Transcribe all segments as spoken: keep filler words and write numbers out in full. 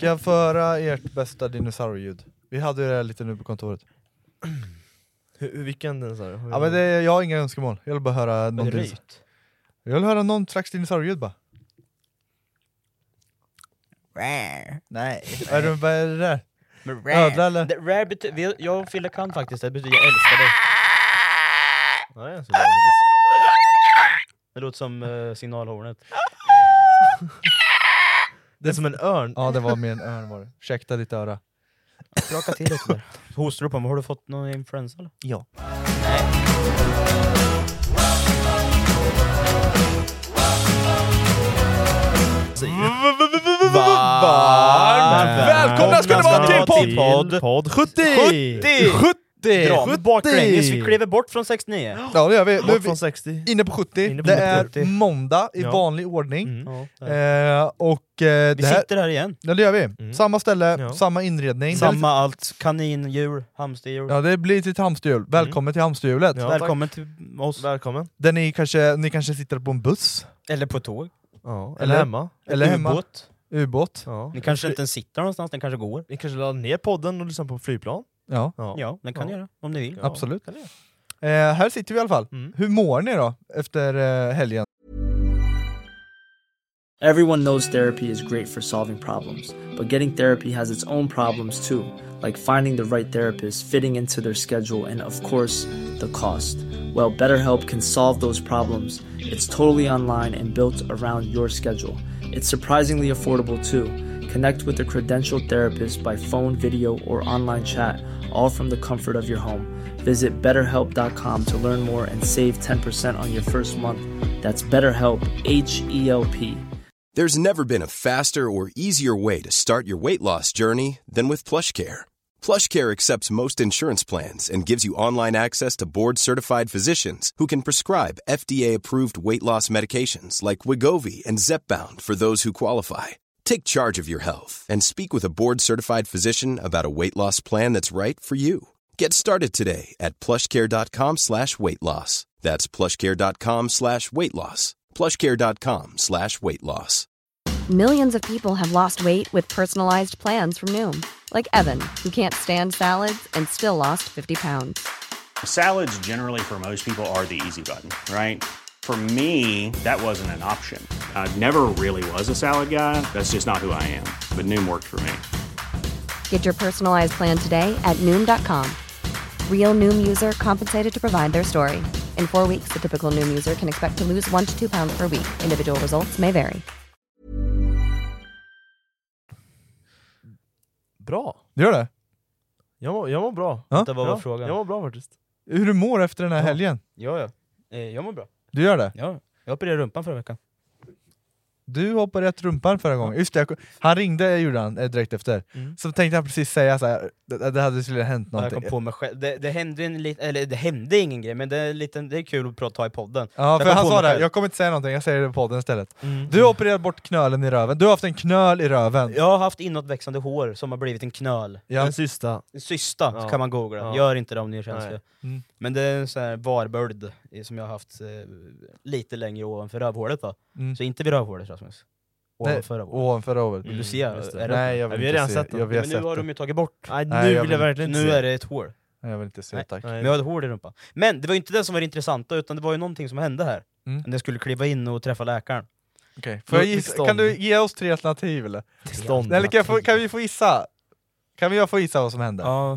Ska jag föra ert bästa dinosaurieljud? Vi hade ju det lite nu på kontoret. Hur, vilken den sa du? Ja, men det, jag har inga önskemål. Jag vill bara höra någon dinos- Jag vill höra någon slags dinosaurieljud bara. Nej. Är det, vad är det där? Ödla eller? Det, rare bety- vi- jag och Fille kan faktiskt, det betyder jag älskar dig. Ja, det är så bra, faktiskt. Det låter som uh, signalhornet. Det är som en örn. Ja, det var med en örn var det. Ursäkta ditt öra. Raka till lite där. Hostar du på mig? Har du fått någon influensa eller? Ja. Välkomna ska det vara till podd! Podd, podd sjuttio! sjuttio! sjuttio! Dra mig baklänges, vi kliver bort från sextionio. Ja, det gör vi. Nu är Bort vi från sextio. inne på sjuttio. Inne på det är sjuttio. måndag i Ja. vanlig ordning. Mm. Ja. Eh, och eh, Vi det här, sitter här igen. ja, det gör vi. Mm. Samma ställe, Ja. samma inredning. Samma allt, kaninjul, hamsterjul. Ja, det blir till hamsterhjul. Välkommen till hamsterhjulet. Ja. Välkommen till oss. Välkommen. Där ni kanske, ni kanske sitter på en buss, Eller på tåg. Ja. Eller, Eller- hemma. eller hemma, Ubåt. ubåt. Ja. Ni kanske inte ens sitter någonstans, den kanske går. Ni kanske laddar ner podden och lyssnar på flygplan. Ja, Ja. Ja, den kan Ja. göra, om ni vill. Ja. absolut. kan ni göra. Eh, här sitter vi i alla fall. Mm. Hur mår ni då efter eh, helgen? Everyone knows therapy is great for solving problems, but getting therapy has its own problems too, like finding the right therapist, fitting into their schedule, and of course, the cost. Well, BetterHelp can solve those problems. It's totally online and built around your schedule. It's surprisingly affordable too. Connect with a credentialed therapist by phone, video, or online chat, all from the comfort of your home. Visit better help dot com to learn more and save ten percent on your first month. That's BetterHelp, H E L P. There's never been a faster or easier way to start your weight loss journey than with PlushCare. PlushCare accepts most insurance plans and gives you online access to board-certified physicians who can prescribe F D A-approved weight loss medications like Wegovy and Zepbound for those who qualify. Take charge of your health and speak with a board-certified physician about a weight loss plan that's right for you. Get started today at plushcare.com slash weight loss. That's plushcare.com slash weight loss. plushcare.com slash weight loss. Millions of people have lost weight with personalized plans from Noom. Like Evan, who can't stand salads and still lost fifty pounds. Salads generally for most people are the easy button, right? For me, that wasn't an option. I never really was a salad guy. That's just not who I am. But Noom worked for me. Get your personalized plan today at Noom dot com. Real Noom user compensated to provide their story. In four weeks, the typical Noom user can expect to lose one to two pounds per week. Individual results may vary. Bra. Gör det? Jag mår, jag mår bra. Ja? Det var Ja, vår fråga. jag mår bra faktiskt. Hur du mår efter den här Ja. helgen? Ja, ja. Eh, jag mår bra. Du gör det? Ja. Jag opererade rumpan förra veckan. Du hoppade rätt rumpan förra gången. Just det, jag, han ringde gjorde han eh, direkt efter. Mm. Så tänkte jag precis säga så här, det, det hade skulle hänt Jag någonting. kom på mig själv. Det, det hände en lit, eller det hände ingen grej, men det är, liten, det är kul att prata i podden. Ja, Jag för kom han på sa mig det, själv. jag kommer inte säga någonting, jag säger det på podden istället. Mm. Du har opererat bort knölen i röven, du har haft en knöl i röven. Jag har haft inåtväxande hår som har blivit en knöl. Ja. En sista. En cysta Ja. kan man googla. Ja. Gör inte det om ni är känsliga. Mm. Men det är en sån här varböld eh, som jag har haft eh, lite längre ovanför rövhålet då. Mm. Så inte vid rövhålet, Rasmus. Ovanför rövhålet. Ovanför röven. Vill du se? just det. Är det Nej, jag vill Ja, vi har inte redan se. sett den. Jag vill men se nu har det. de ju tagit bort. Nej, nu Nej, jag vill jag vill- verkligen inte Nu se. är det ett hål. Nej, jag vill inte se, Nej. tack. Nej. Men jag hade hål i rumpan. Men det var ju inte det som var det intressanta, utan det var ju någonting som hände här. Mm. När jag skulle kliva in och träffa läkaren. Okej. Får jag gissa, Stånd. kan du ge oss tre alternativ eller? Stånd. Eller kan, jag få, kan vi få gissa? Kan vi få gissa vad som hände? Ja.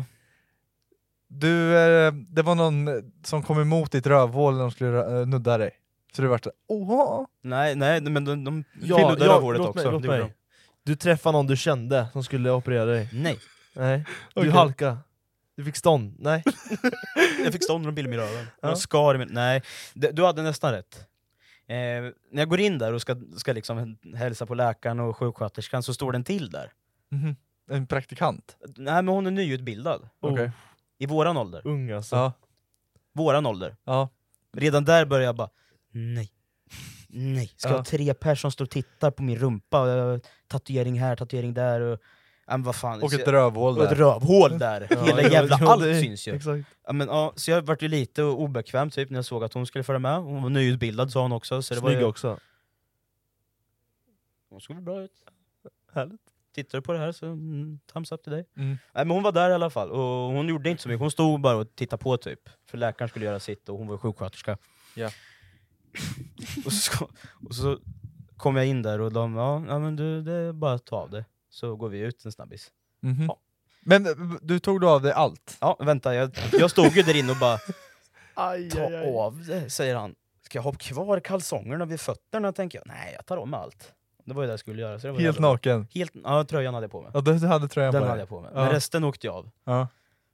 Du, eh, det var någon som kom emot ditt rövhål när de skulle eh, nudda dig. Så du vart såhär, åh! Nej, nej, men de, de Ja, fyllde ja, rövhålet låt också. mig, låt Det gjorde mig. Du träffade någon du kände som skulle operera dig. de. Nej. Nej. Du Okej. halka. Du fick stånd. Nej. Jag fick stånd och de pillade mig i röven. Ja. Jag skar i min... Nej, det, du hade nästan rätt. Eh, när jag går in där och ska, ska liksom hälsa på läkaren och sjuksköterskan så står den till där. Mhm. En praktikant? Nej, men hon är nyutbildad. Okej. I våran ålder. Ung alltså. Ja. Våran ålder. Ja. Redan där börjar jag bara, nej. Nej. Ska jag Ja. ha tre personer som står och tittar på min rumpa? Och jag, tatuering här, tatuering där. Och, ja, men vad fan. Och Så ett jag- rövhål och ett där. rövhål där. Ja, Hela ja, jävla ja, allt det- syns ju. Exakt. Ja, men, ja, så jag vart ju lite obekväm typ när jag såg att hon skulle följa med. Hon var nyutbildad sa hon också. Så det var Snygg ju, också. hon såg väl bra ut. Härligt. tittar du på det här så mm, thumbs up till dig. Mm. Nej, men hon var där i alla fall, och hon gjorde inte så mycket. Hon stod bara och tittade på typ. För läkaren skulle göra sitt och hon var sjuksköterska. Ja. och, så, och så kom jag in där och de, ja, ja men du, det är bara att ta av det. Så går vi ut en snabbis. Mhm. Ja. Men eh, du tog då av dig allt? Ja, vänta, jag, jag stod ju där inne och bara Aj, ta aj, aj. av det, säger han. Ska jag ha kvar kalsongerna vid fötterna, tänker jag. Nej, jag tar om allt. Det var ju det jag skulle göra. Så det var Helt jävla bra. naken? Helt, ja, tröjan hade jag på mig. Ja, du hade tröjan Den på hade dig? jag på mig. Ja. Men resten åkte jag av. Ja.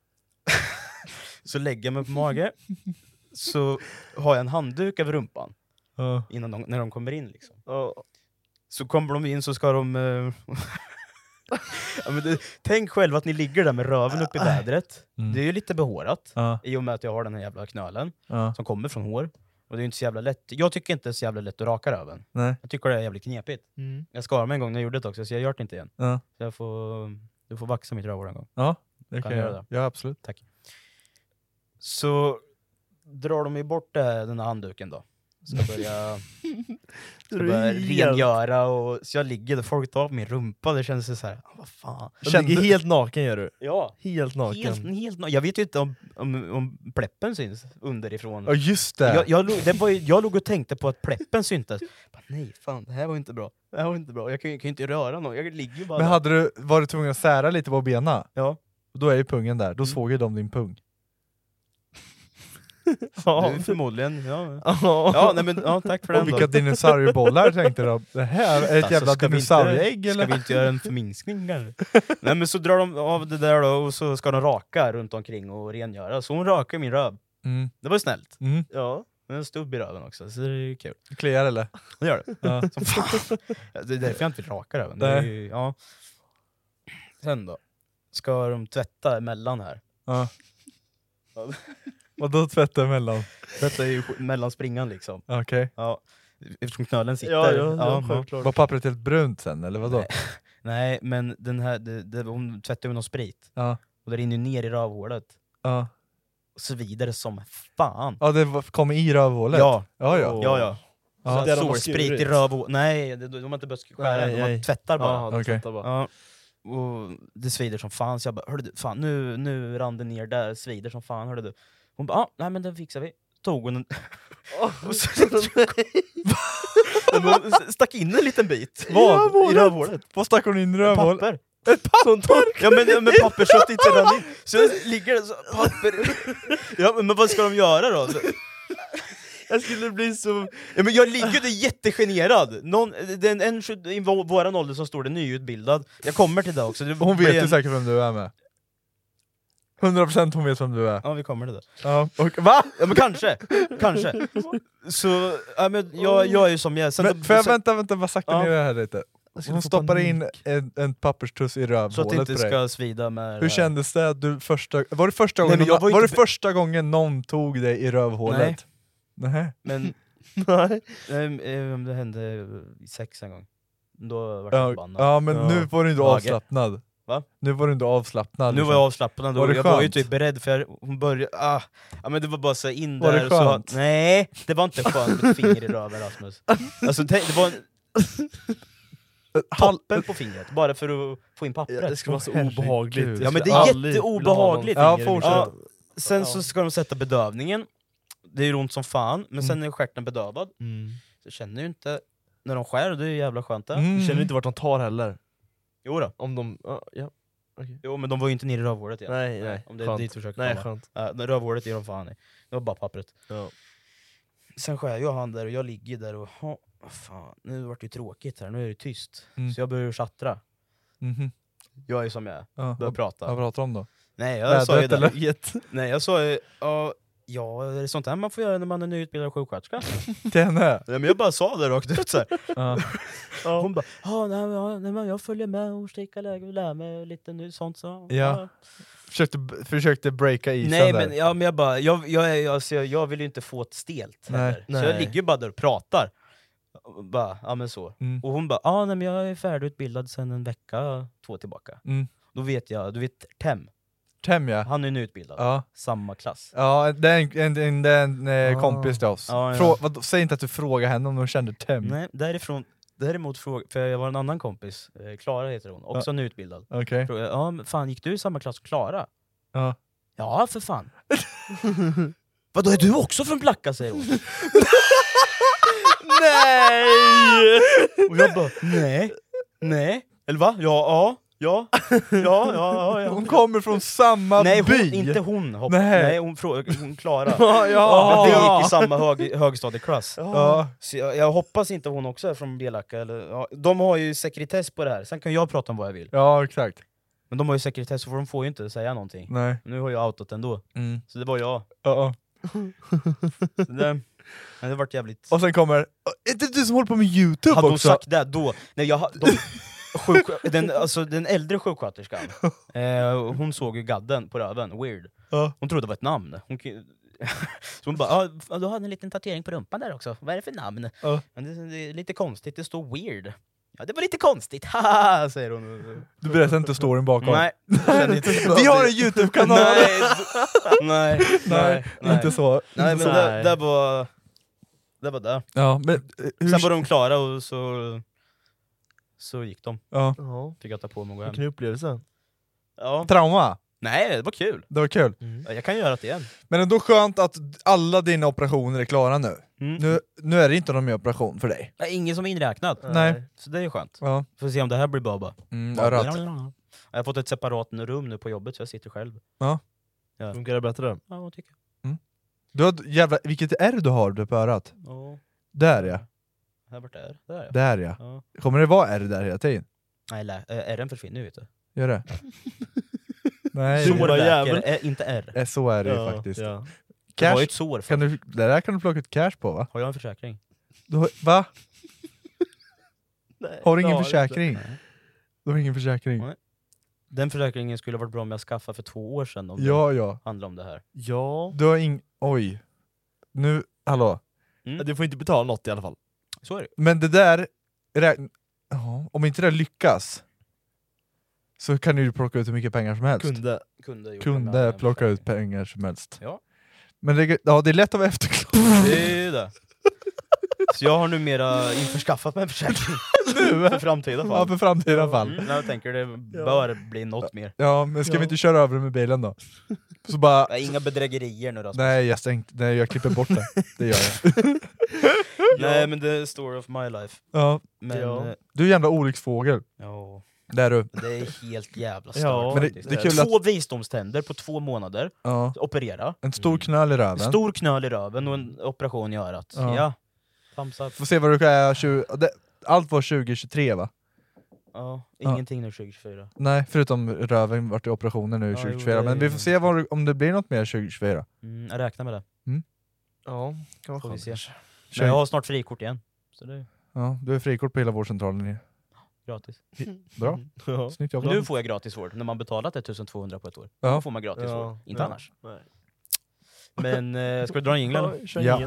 Så lägger jag mig på mage. Så har jag en handduk över rumpan. Ja. Innan de, när de kommer in liksom. Ja. Så kommer de in så ska de... eh, ja, men det, tänk själv att ni ligger där med röven upp i vädret. Mm. Det är ju lite behårat. Ja. I och med att jag har den här jävla knölen. Ja. Som kommer från hår. Och det är ju inte så jävla lätt. Jag tycker inte det är så jävla lätt att raka röven. Nej. Jag tycker det är jävligt knepigt. Mm. Jag skar mig en gång när jag gjorde det också, så jag gör det inte igen. Ja. Så jag får, du får vaxa mitt rövhår en gång. Ja, det Kan kan jag jag göra göra. Ja, absolut. Så drar de ju bort äh, den här handduken då. Ska börja, ska Du är börja helt- rengöra, och så jag ligger där, folk tar på min rumpa, det känns så här, ah, vad fan. Du Kände- ligger helt naken gör du. Ja, Helt naken. helt, helt, jag vet ju inte om, om, om pleppen syns underifrån. Ja, just det! Jag, jag, låg, det var ju, jag låg och tänkte på att pleppen syntes. Bara, nej fan, det här var inte bra. Det här var inte bra. Jag kan ju kan ju inte röra någon. Jag ligger ju bara Men där. hade du varit tvungen att sära lite på benen? Ja. Då är ju pungen där, då Mm. såg ju de din pung. Ja. Du, förmodligen, ja. Ja. Ja, nej, men, ja, tack för den Och då. vilka dinosauriebollar tänkte du? Det här är ett Alltså, jävla ska vi dinosaurieägg inte, eller? Ska vi inte göra en förminskning kanske? Nej men så drar de av det där då, och så ska de raka runt omkring och rengöra. Så hon rakar min röv. Mm. Det var ju snällt. Mm. Ja. Men en stubb i röven också, så det är ju kul. Kliar eller? Det gör det. Ja. Som fan. Det är därför jag inte vill raka röven. Det är Nej. ju, ja. Sen då? Ska de tvätta emellan här? Ja. Vadå tvätta emellan? Tvätta är ju mellan springan liksom. Okej. Ja. Eftersom knölen sitter. Ja, ja, ja, ja. självklart. Var pappret helt brunt sen eller vadå? Nej. Nej, men den här, det, det, hon tvättar med någon sprit. Ja. Och det rinner ju ner i rövhålet. Ja. Och så vidare som fan. Ja, det var- kom i rövhålet? Ja, Ja, ja. ja, ja. Ja. Så det de har solsprit i skurit. rövhålet. Nej, de, de har inte börjat skära Nej, än, de nej. har tvättar bara. Ja, de Okej. tvättar bara. Ja. Och det svider som fan, så jag bara, hörde du, fan nu, nu rann det ner där, svider som fan, hörde du. Hon bara, ah, nej men den fixar vi. Tog hon en... och så, hon stack in en liten bit. Vad? I rövhålet. Vad stack hon in i rövhålet? Papper. Ett papper? Ja men, ja, men papper så att det inte rann in. Så ligger det så, papper. Ja men vad ska de göra då? Så, Jag skulle bli så... ja, men jag ligger där jättegenerad. Någon, det är en, en tjugo i vå- våran ålder som står det nyutbildad. Jag kommer till det också. Det Hon blir vet ju en- säkert vem du är med. hundra procent hon vet vem du är. Ja, vi kommer till det. Ja. Och, va? Ja men kanske, kanske. Så, ja, men jag, jag är ju som jag är. Sen Men, då- får jag sen- vänta, vänta, bara sakta Ja. ner det här lite. Hon stoppar in en, en papperstuss i rövhålet så att det inte på dig. ska svida med... Hur kändes det att du första... Var det första Nej, gången, men jag någon, var var ju det inte- första gången någon tog dig i rövhålet? Nej. Nej. Men Nej. ehm, ehm, det hände i sex en gång. Då var jag Ja, förbannad. ja men Ja. nu var du inte Mage. avslappnad. Va? Nu var du inte avslappnad. Nu var jag avslappnad, Var och det jag var ju skönt? typ beredd för jag, hon började... Ah, ja, men det var bara så här in Var där det och så... skönt? Nej, det var inte skönt med ett finger i röven, Rasmus. Alltså tänk, det var en Hal- toppen på fingret, bara för att få in pappret. Ja, det ska vara så Herregud. obehagligt. Ja, men det är Jag aldrig jätteobehagligt. vill ha någon Ja, finger i fortsätt. mitt- Ja, sen Ja. så ska de sätta bedövningen. Det är ont som fan, men sen är stjärten bedövad. Mm. Så känner ju inte när de skär, det är ju jävla skönt det. Mm. Du känner inte vart de tar heller. Jo då. Om de... Ja, ja. okej. Jo, men de var ju inte nere i rövhålet igen. Nej, nej. Om det är skönt. dit du försöker Nej, komma. skönt. Ja, det rövhålet är de fan i. Det var bara pappret. Ja. Sen skär jag han där och jag ligger där och ha, fan, nu vart det ju tråkigt här, nu är det tyst. Mm. Så jag börjar tjattra. Mhm. Jag är som jag är, Ja, börjar vad, prata. vad pratar du om då? Nej, jag sa ju Vädret det. eller? Nej, jag sa ju, ja, ja, är det sånt här man får göra när man är nyutbildad sjuksköterska? Till henne? Nej, men jag bara sa det rakt ut så här. Ja. Hon bara, ja, nej, ja, nej, men jag följer med och stickar läge och lär mig lite nu, sånt så. Ja. Försökte, försökte breaka isen Nej där. men, ja, men jag bara, jag, jag, jag, alltså, jag, jag vill ju inte få ett stelt Nej, heller. Så nej. jag ligger ju bara där och pratar. Och bara, ja men så. Mm. Och hon bara, ja nej, men jag är färdigutbildad sedan en vecka, två tillbaka. Mm. Då vet jag, du vet Tem, Tem ja. han är nu utbildad. Ja. Samma klass. Ja, det är en, en, en, det är en eh, Ah. kompis till oss. Ja, ja. Frå, vad, säg inte att du frågar henne om hon kände Tem. Nej, därifrån, däremot fråga, för jag var en annan kompis, Klara heter hon, också Ja. nyutbildad. Okej. Frågade, ja, men fan, gick du i samma klass som Klara? Ja. Ja, för fan. Vadå, är du också från Blacka, säger hon. Nej! Och jag bara, nej, nej. Eller va? Ja, ja, ja, ja, ja, ja. Hon kommer från samma Nej, hon, by. inte hon. Hopp. Nej. Nej, hon, frå- hon Klara. Ja, ja, Men vi ja. gick i samma hög, högstadieklass. Ja. Så jag, jag hoppas inte hon också är från Belacka. Eller, ja, de har ju sekretess på det här, sen kan jag prata om vad jag vill. Ja, exakt. Men de har ju sekretess, så de får ju inte säga någonting. Nej. Nu har jag outat ändå. Mm. Så det var jag. Ja. Så det, men det vart jävligt... Och sen kommer... Är det du som håller på med YouTube Hade hon också? sagt det då? Nej, jag, ha- de, sjuk, den, alltså, den äldre sjuksköterskan, eh, hon såg ju gadden på röven, weird. Ja. Hon trodde det var ett namn. Hon, ki- så hon bara, ah, du har en liten tatuering på rumpan där också, vad är det för namn? Ja. Men det, det är lite konstigt, det står weird. Ja, det var lite konstigt, haha, säger hon. Du berättar inte storyn bakom. Nej, jag kände inte så. Vi har en YouTube-kanal! Nej, nej, nej, nej, Inte så. Nej, Inte men så. det, det var... Det var det. Ja, men... eh, Hur... Sen var de klara och så... Så gick de. Ja. Ja. Fick jag ta på mig och gå hem. Vilken upplevelse. Ja. Trauma? Nej, det var kul. Det var kul. Ja, jag kan göra det igen. Men ändå skönt att alla dina operationer är klara nu. Mm. Nu, nu är det inte någon mer operation för dig. Det är ingen som är inräknad. Nej. Så det är ju skönt. Ja. Får se om det här blir baba. Mm, örat. Jag har fått ett separat rum nu på jobbet så jag sitter själv. Ja. Ja. Funkar det bättre? Ja, vad tycker Du har, jävla, vilket är du har du på örat? jag. Ja. Där ja. Här vart det är. Där ja. Där ja. Ja. Kommer det vara R där hela tiden? Nej, lä- äh, R försvinner ju, vet du. Gör det? Nej, Sår det, jävel. Sårläker, är inte R. är så är det ju Ja, faktiskt. ja. Det var Cash, ju ett sår. kan du, det där kan du plocka ut cash på va? Har jag en försäkring? Du har, va? Nej, Har du ingen det har försäkring? Nej. Du har ingen försäkring? Nej. Den försäkringen skulle ha varit bra om jag skaffade för två år sedan. Om Ja, det ja. handlar om det här. Ja. Du har ing... Oj. Nu, hallå. Mm. Du får inte betala något i alla fall. Så är det. Men det där... räk- Ja, om inte det lyckas så kan du ju plocka ut hur mycket pengar som helst. Kunde. Kunde, gjort Kunde med en plocka ut försäkring. pengar som helst. Ja. Men det, ja, det är lätt att vara efterklok. Det är ju det. Så jag har numera införskaffat mig en försäkring. Nu? För framtida fall. Ja, för framtida fall. Mm, jag tänker det bör bli något mer. Ja, men ska Ja. vi inte köra över med bilen då? Så bara... Nej, inga bedrägerier nu då. Nej, jag stängt, nej, jag klipper bort det. Det gör jag. Nej, men det är story of my life. Ja. Men Ja. ja, Du är en jävla olycksfågel. ja Det är du. det är helt jävla Ja, stört. Men det, faktiskt. det är kul att... Två visdomständer på två månader, Ja. operera. En stor knöl i röven. Stor knöl i röven och en operation i örat. Ja. Ja. Thumbs up. Får se vad du är tjugo... det- Allt var tjugo tjugotre va? Ja, ingenting nu tjugo tjugofyra. Nej, förutom röven vart i operationen nu Ja, tjugo jo, tjugofyra. det Men är- vi får se vad, om det blir något mer tjugo tjugofyra. Mm, jag räknar med det. Ja, kan vara Får vi skönt se. kanske. Men jag har snart frikort igen. Så det är Ja, du är frikort på hela vårdcentralen. gratis. Bra, Ja. snyggt jobbat. Nu får jag gratis vård, när man betalat ettusentvåhundrade på ett år. Ja. Då får man gratis Ja. vård, inte Ja. annars. Nej. Men eh, ska vi dra en jingel eller? Ja, kör Ja. ingen.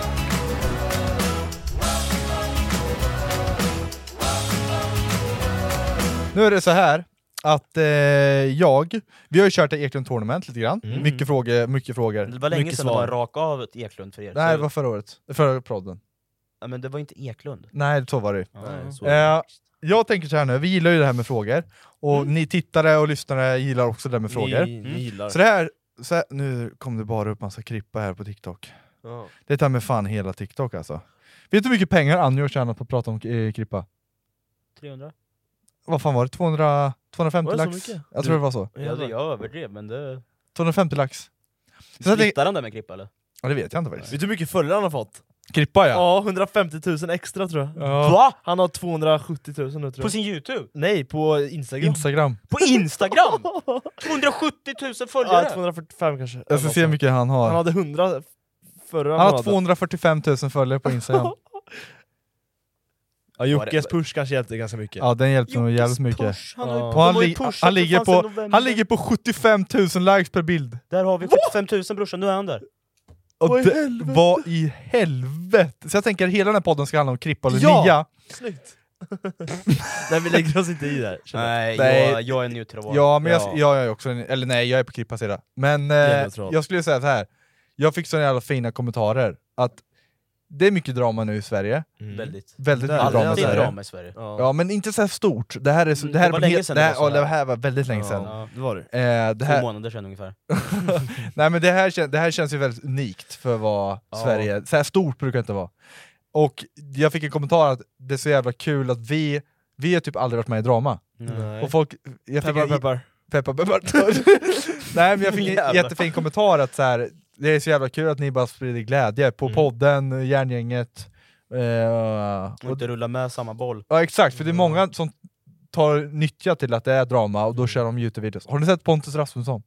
Nu är det så här att eh, jag, vi har ju kört ett Eklund Tournament lite grann. Mm. Mycket frågor, mycket frågor. Det var länge Mycket sedan det svar. var rak av ett Eklund för er. Nej, Så- det var förra året. Förra podden. ja, men det var inte Eklund. Nej, så var det. Ja, Nej, så Eh, jag tänker så här nu, vi gillar ju det här med frågor. Och Mm. ni tittare och lyssnare gillar också det här med frågor. Ni, ni gillar. Så det här, så här, nu kom det bara upp massa klippa här på TikTok. Ja. Det tar med fan hela TikTok alltså. Vet du hur mycket pengar Anjo har tjänat på att prata om eh, klippa? trehundra? Vad fan var det? tvåhundra, tvåhundrafemtio Var det så lax? mycket? Jag tror det var så. Ja, det, jag överdrev, men det... tvåhundrafemtio lax. Så jag tänkte, Splittar han där med Krippa eller? ja, det vet jag inte faktiskt. Vet du hur mycket följare han har fått? Klippa ja. Ja, hundrafemtio tusen extra tror jag. Ja. Va? Han har tvåhundrasjuttio tusen nu tror På jag. sin YouTube? Nej, på Instagram. Instagram. På Instagram? tvåhundrasjuttio tusen följare? Ja, tvåhundrafyrtiofem kanske. Jag ska se hur mycket han har. Han hade hundra förra Han har månaden. tvåhundrafyrtiofem tusen följare på Instagram. Ja, Jockes push kanske hjälpte ganska mycket. Ja, den hjälpte nog jävligt mycket. Push. Han, har ju- Ja. Och de han, har ju li- pushat han, för ligger fan sedan på, november. han ligger på sjuttiofem tusen likes per bild. Där har vi sjuttiofem tusen brorsan, nu är han där. Och Vad i det, helvete? vad i helvete? Så jag tänker att hela den här podden ska handla om Krippa och Ja! Linnea. Snyggt! Nej, vi lägger oss inte i där. Nej, Nej. Jag, jag är neutral. Ja, men jag, Ja. jag är också, en- eller nej, jag är på Krippas sida. Men eh, Jävligt bra. jag skulle säga så här. Jag fick så jävla fina kommentarer att det är mycket drama nu i Sverige. Mm. Väldigt. Väldigt Det är mycket drama i Alltid Sverige. drama i Sverige. Ja. Ja, men inte så här stort. Det här är så, Mm, det här det var är länge helt, sedan det det här, var så ja, det här. här var väldigt länge sedan. Ja. Det var det. Eh, det Två här, månader sedan ungefär. nej men det här, kän, det här känns ju väldigt unikt för vad Ja. Sverige, så här stort brukar det inte vara. Och jag fick en kommentar att det är så jävla kul att vi, vi har typ aldrig varit med i drama. Nej. Och folk, jag fick Peppar, en, peppar. peppar, peppar. Nej men jag fick en Jävlar. jättefin kommentar att så här, det är så jävla kul att ni bara sprider glädje på Mm. podden, Järngänget. Eh, Och inte rulla med samma boll. ja exakt, för det är många som tar nyttja till att det är drama och då kör de Youtube-videos. Har ni sett Pontus Rasmusson?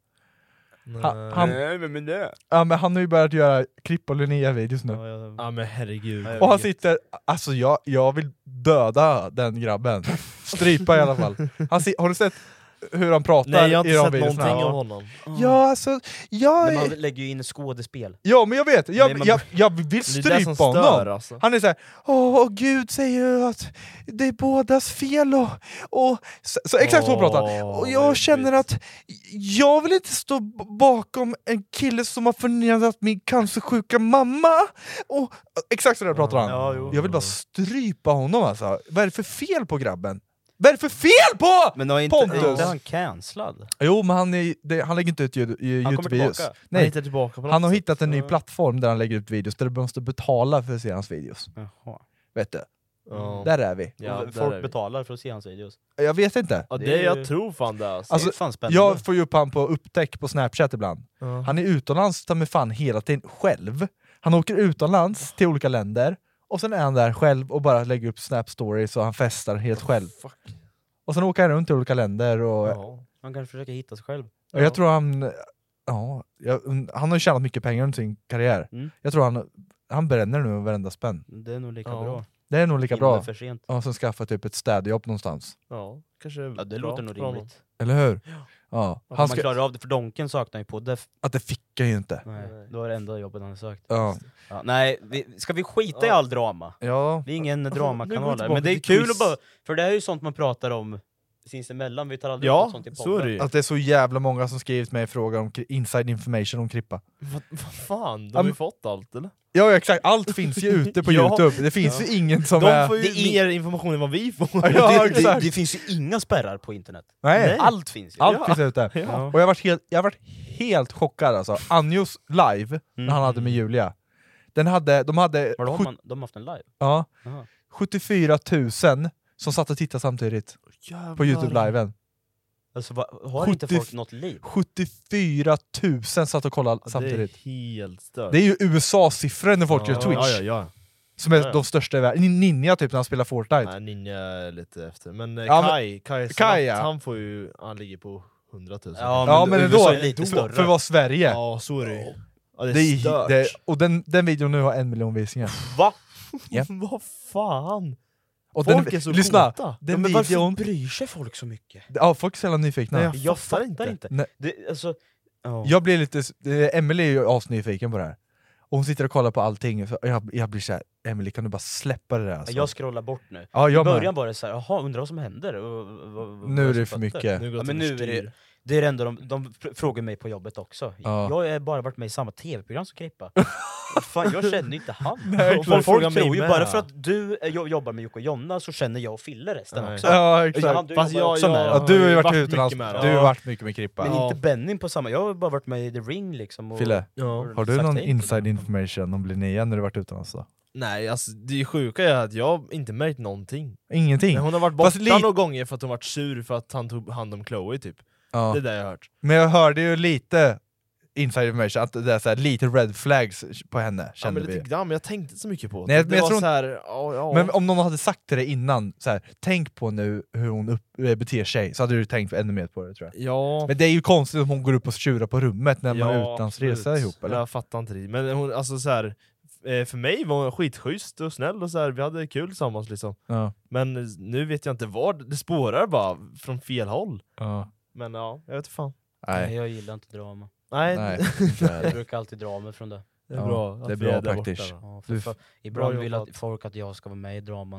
Han, han, Nej, men, men det. ja, men han har ju börjat göra klipp och Linnea-videos nu. Ja, jag- Ja men herregud. Ja, jag Och han vet. sitter, alltså jag, jag vill döda den grabben. Strypa i alla fall. Han si, har du sett hur han pratar Nej, jag har i inte de sett videorna? någonting Ja. av honom. Ja, alltså, jag, Men man lägger ju in skådespel. ja men jag vet, jag, Men man- jag, jag vill Det är det strypa som stör honom. alltså. Han är såhär, åh Gud säger ju att det är bådas fel och... och så, så exakt så pratar han. Åh, Och jag vad känner jobbigt. att jag vill inte stå b- bakom en kille som har förnedrat min cancersjuka mamma. Och exakt så där pratar han. Ja, jo. Jag vill bara strypa honom alltså. Vad är det för fel på grabben? Vad är det för fel på? Men då är inte, Pontus! är inte han cancellad? Jo men han, är, det, han lägger inte ut ljud- i Han kommer Youtube-videos. tillbaka. Han Nej, hittar tillbaka på han har något hittat en ny Ja. plattform där han lägger ut videos där du måste betala för att se hans videos. Jaha. Vet du? sätt. Ja. Där är vi. Ja, Och där folk är vi. betalar för att se hans videos. Jag vet inte. Ja, det, Det är jag ju- tror fan det alltså. Alltså, det är fan spännande. Jag får ju upp han på upptäck på Snapchat ibland. Ja. Han är utomlands ta med fan hela tiden själv. Han åker utomlands till olika länder och sen är han där själv och bara lägger upp Snap stories och han festar helt själv. Fuck. Och sen åker han runt till olika länder och, Ja. Han kanske försöker hitta sig själv. och jag tror han... Ja, jag, han har ju tjänat mycket pengar under sin karriär. Mm. Jag tror han, han bränner nu varenda spänn. Det är nog lika Ja. bra. Det är nog lika Innan det är bra. för sent. Och sen skaffa typ ett städjobb någonstans. Ja, kanske Ja, det bra låter nog för honom. rimligt. Eller hur? Ja. Han Han man ska, klarar av det, för Donken saknar ju på det. att det fick jag ju inte. Nej, Nej. det var det enda jobbet han hade sökt. Ja. Ja, nej, vi, ska vi skita i Ja. all drama? Ja. Vi är ingen nu går vi dramakanal här, tillbaka men det är till kul quiz. att bara, för det här är ju sånt man pratar om sinsemellan, vi tar aldrig upp Ja, något sånt i så podden. är det ju. Att det är så jävla många som skrivit mig frågor om kri- inside information om Krippa. Vad, vad fan, de har ju Am- fått allt eller? Ja exakt, allt finns ju ute på Ja. Youtube. Det finns Ja. ju ingen som De är... får ju Det är- mer information än vad vi får. Ja, det, det, exakt. det finns ju inga spärrar på internet. Nej. Allt finns ju. Allt Ja. finns ute. Ja. Och jag har varit helt, jag har varit helt chockad alltså. Anjos live, när han hade med Julia. Den hade, de hade Har de, sjut- man, de har haft en live? ja, Jaha. sjuttiofyra tusen som satt och tittade samtidigt på Youtube-liven. Alltså, va, har inte sjuttio folk något liv? sjuttiofyra tusen satt och kollade Ja, samtidigt. Det är helt stört. Det är ju U S A-siffror när folk ja, gör Twitch. Ja, ja, ja. Som är Ja, ja. de största i världen. Ninja typ när han spelar Fortnite. Nej, Ninja är lite efter. Men eh, Ja, men- Kai, Kai, Kai, Kai ja. han får ju, han ligger på hundratusen. Ja, Ja men U S ändå, A är lite större. för att vara Sverige. Ja, så är det ju. Ja, det är, Det är, stört. det, och den, den videon nu har en miljon visningar. Va? Ja. Vad fan? Och Folk den, är så lyssna, kåta. Ja, den men varför videon... bryr sig folk så mycket? Ja, folk är så jävla nyfikna. Nej, jag, jag Jag fattar fattar inte. inte. inte. Nej. Det, alltså, ja. blir lite... eh, Emily är ju asnyfiken på det här. Och hon sitter och kollar på allting. Så jag, jag blir såhär, Emily kan du bara släppa det där alltså? Jag scrollar bort nu. Ja, I jag med. början var det så här, jaha, undrar vad som händer? Och, vad- vad- Nu vad är som det för fattar. mycket. Nu går Ja, det men nu är det, överstyr. det är det enda de, de fr- frågar mig på jobbet också. Ja. Jag har bara varit med i samma tv-program som Krippa. Fan, jag känner inte han. Nej, och klart. folk Fråga mig tror ju med. bara för att du eh, jo- jobbar med Jocke och Jonna så känner jag och Fille resten Nej. också. Ja, exakt. Ja, du Fast jobbar jag- också jag- med Ja, dem. du har ju varit varit mycket utomlands, med du det. har Ja. varit mycket med Krippa. Men Ja. inte Benning på samma, jag har bara varit med i The Ring liksom. Och, Fille, Ja. har du sagt någon hej till inside dem. information om Linnea när du varit utomlands då? Nej, alltså det sjuka är att jag inte märkt någonting. Ingenting? Men hon har varit borta Fast li- några gånger för att hon varit sur för att han tog hand om Chloe typ. Ja. Det är det jag har hört. Men jag hörde ju lite inside information, att det är så här, lite red flags på henne, Ja, kände men, vi. lite, ja, men jag tänkte inte så mycket på det. Nej, det men jag var tror så här, ja, ja. Men om någon hade sagt till dig innan, så här, tänk på nu hur hon upp, äh, beter sig, så hade du tänkt ännu mer på det tror jag. Ja, Men det är ju konstigt om hon går upp och tjurar på rummet när man är ja, utlandsresa absolut. ihop eller? Jag fattar inte det. Men hon, alltså så här, eh, för mig var hon skitschysst och snäll och så här, vi hade kul tillsammans liksom. Ja. Men nu vet jag inte vad, det spårar bara från fel håll. Ja. Men ja, jag vet inte fan. Nej, Nej. jag gillar inte drama. Nej, Nej. Jag brukar alltid dra mig från det. det är Ja, bra. det att är vi bra där praktiskt. borta då. Ja, för, Du- för, ibland Bra vill jobbat. att folk att jag ska vara med i draman.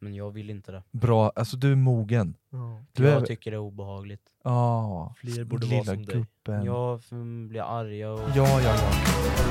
Men jag vill inte det. Bra, alltså du är mogen. Ja. Du jag är... tycker det är obehagligt. Ja, Fler borde lilla vara som dig. gubben. Jag mm, blir arg och... Ja, ja, ja.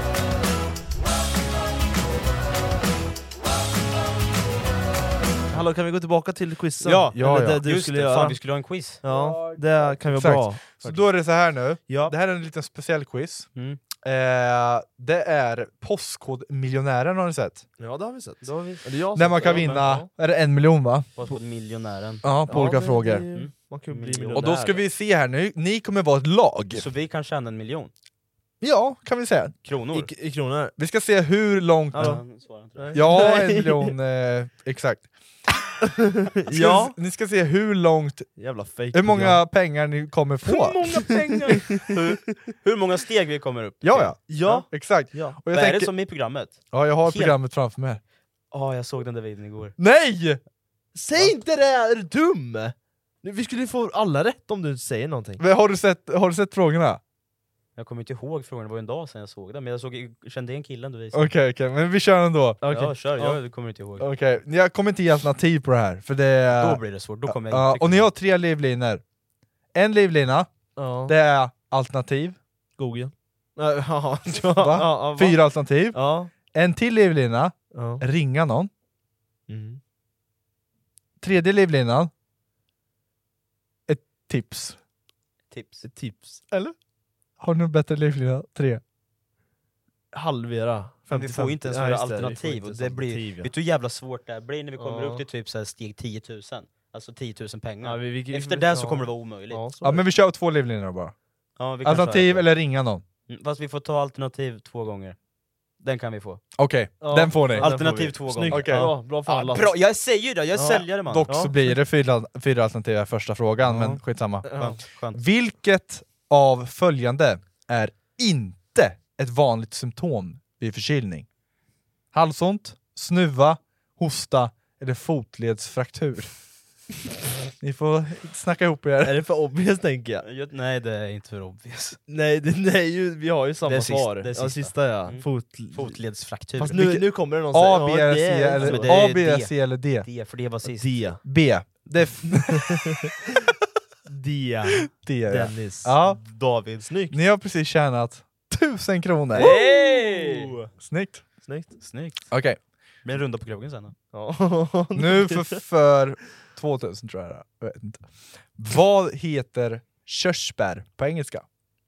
Hallå, kan vi gå tillbaka till quizen? Ja, ja, Eller ja. det du Just skulle det, göra. fan vi skulle ha en quiz. Ja, det kan vara Exakt. bra. Så då är det så här nu. Ja. Det här är en liten speciell quiz. Mm. Eh, det är Postkodmiljonären, har ni sett? Ja, det har vi sett. Då har vi Eller jag har Där sett man kan det, vinna, men- är det en miljon va? på miljonären. Ja, på Ja, olika det- frågor. det- Mm. Man kan ju bli Miljonär. miljonär. Och då ska vi se här nu, ni kommer vara ett lag. Så vi kan tjäna en miljon Ja, kan vi säga. kronor. I, I kronor. Vi ska se hur långt... Hallå? Han svarar inte. Nej. Ja, Nej. en miljon, eh, exakt. Ska Ja. Ni ska se hur långt, Jävla fake. hur många pengar ni kommer få. Hur många pengar? hur, hur många steg vi kommer upp? Ja, ja. Ja. Exakt. Ja. Och jag Vad är det tänker, som i programmet? ja, jag har Helt- programmet framför mig. Ja, jag såg den där videon igår. Nej! Säg inte det, är du dum? Nu, vi skulle ju få alla rätt om du säger någonting. Men har, du sett, har du sett frågorna? Jag kommer inte ihåg frågan, det var en dag sedan jag såg den. Men jag såg, kände igen killen du visade. Okej, okej, men vi kör ändå. Okej. Ja, kör, Ja. jag kommer inte ihåg. Okej, jag kommer inte ge alternativ på det här, för det är... Då blir det svårt, då kommer jag Ja, inte och ni har tre livlinor. En livlina, Ja. det är alternativ. Google. Ja, ja, ja, Va? ja, va? Fyra alternativ. Ja. En till livlina, Ja. ringa någon. Mm. Tredje livlinan, ett tips. tips. Ett tips. Eller? Har ni en bättre livlina? Tre. Halvera. Men vi får ju inte ens några Ja, just det, vi får alternativ, inte och ens det blir, alternativ, ja. vet du hur jävla svårt det här blir när vi kommer Ja. upp till typ så här steg tio tusen? Alltså tio tusen pengar. Ja, vi, vi, Efter det så kommer det vara omöjligt. Ja, så Ja, är men det. vi kör två livlinor bara. Ja, vi kan Alternativ köra eller ringa någon. på. Mm, fast vi får ta alternativ två gånger. Den kan vi få. Okej, Ja. den får ni. Ja, den Alternativ får vi. två Snyggt. gånger. Okej. Bra, bra fan. Ja, Lasse. bra, jag säger ju det, jag är Ja. säljare man. Dock Ja. så blir det fyra, fyra alternativ i första frågan, Ja. men skitsamma. Ja. Skönt, skönt. Vilket av följande är inte ett vanligt symptom vid förkylning? Halsont, snuva, hosta eller fotledsfraktur? Ni får snacka ihop er. Är det för obvious, tänker jag? Jag- Nej, det är inte för obvious. Nej, det, nej ju, vi har ju samma Det är sist- svar. det är Ja, sista. sista ja. Mm. Fot... Fotledsfraktur. Fast nu, nu kommer det någon A, säga, B, ja, C det är- eller, men det är A, B, D. C eller D? D, för det var sist. D. B. Det är f- D. D ja. Dennis. Ja. David. Snyggt. Ni har precis tjänat tusen kronor. Hey! Oh. Snyggt. Snyggt. Snyggt. Okej, Det blir en runda på krogen sen då. Ja. nu för, för tvåtusen tror jag det är. Jag vet inte. Vad heter körsbär på engelska?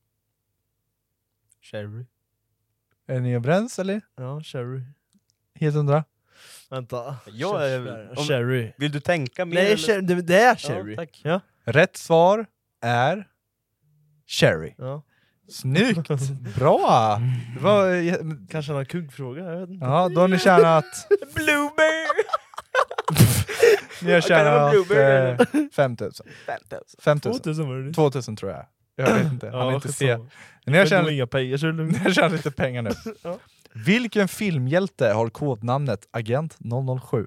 Cherry. Är ni överens eller? Ja, cherry. Helt hundra? Vänta. Jag är- Körsbär. om- Cherry. Vill du tänka mer? Nej, eller? cherry. Det, det är cherry. Ja, tack. Ja. Rätt svar är cherry. Ja. Snyggt! Bra! Det var, jä- Kanske en kuggfråga, jag vet inte. ja, då har ni tjänat... Blueberry! Ni har Kan det vara tjänat blueberry, eh, femtusen. femtusen. tvåtusen var det. tvåtusen tror jag. Jag vet inte, han Ja, inte se. skitsamma. Ni har Jag tjänat, har inga pengar, så är det ni lugnt. har tjänat lite pengar nu. Ja. Vilken filmhjälte har kodnamnet Agent noll noll sju?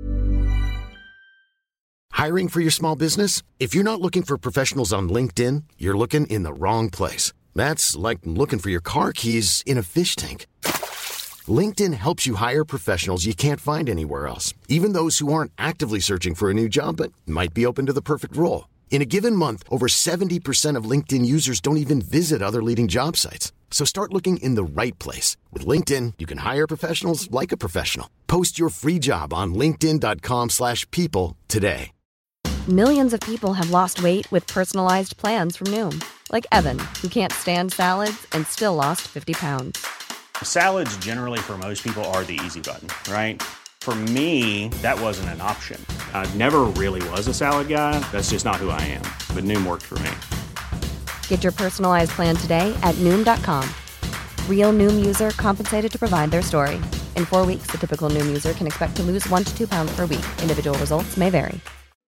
Hiring for your small business? If you're not looking for professionals on LinkedIn, you're looking in the wrong place. That's like looking for your car keys in a fish tank. LinkedIn helps you hire professionals you can't find anywhere else, even those who aren't actively searching for a new job but might be open to the perfect role. In a given month, over seventy percent of LinkedIn users don't even visit other leading job sites. So start looking in the right place. With LinkedIn, you can hire professionals like a professional. Post your free job on linkedin dot com slash people today. Millions of people have lost weight with personalized plans from Noom, like Evan, who can't stand salads and still lost fifty pounds. Salads generally for most people are the easy button, right? For me, that wasn't an option. I never really was a salad guy. That's just not who I am. But Noom worked for me. Get your personalized plan today at Noom dot com. Real Noom user compensated to provide their story. In four weeks, the typical Noom user can expect to lose one to two pounds per week. Individual results may vary.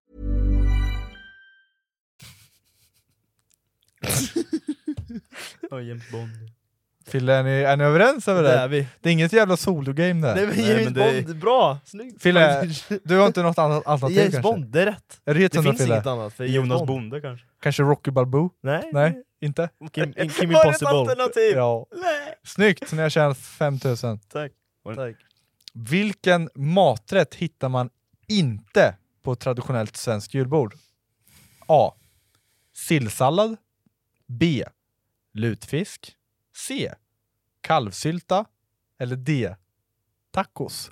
Ja, James Bond. Fille, är ni, är ni överens över Det det? är vi. Det är inget jävla sologame där. Nej men Nej, James men det är- Bond, bra! Snyggt! Fille, du har inte något annat alternativ James kanske? Bond, det är rätt. Är det helt Det hundra finns Fille? inget annat för James Jonas Bond. Bonde kanske? Kanske Rocky Balboa? Nej, Nej, inte? Kim, Kim Var det ett Impossible. alternativ? Ja. Nej. Snyggt, så ni har tjänat femtusen. Tack. Tack. Vilken maträtt hittar man inte på ett traditionellt svenskt julbord? A. Sillsallad. B. Lutfisk. C. Kalvsylta. Eller D. Tacos.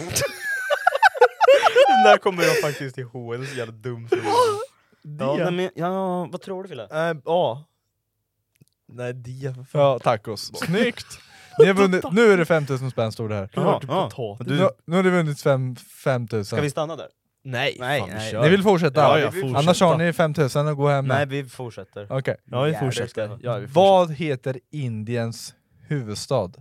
Där kommer jag faktiskt ihåg. Det är så jävla dumt. Ja, nej, men, ja, vad tror du, Fille? Äh, ja. Nej, det för fan. Ja, tacos. Snyggt! Ni har vunnit, nu är det fem tusen spänn stod det här. Klart Ja, potatis. du- Nu, nu har ni vunnit fem tusen. Ska vi stanna där? Nej, Nej, fan, vi nej. kör. Ni vill fortsätta? Ja, ja, vi- fortsätta. Annars har ni fem tusen och gå hem med. Nej, vi fortsätter. Okej. Ja, vi Ja, fortsätter. det ska- Ja, vi fortsätter. Vad heter Indiens huvudstad?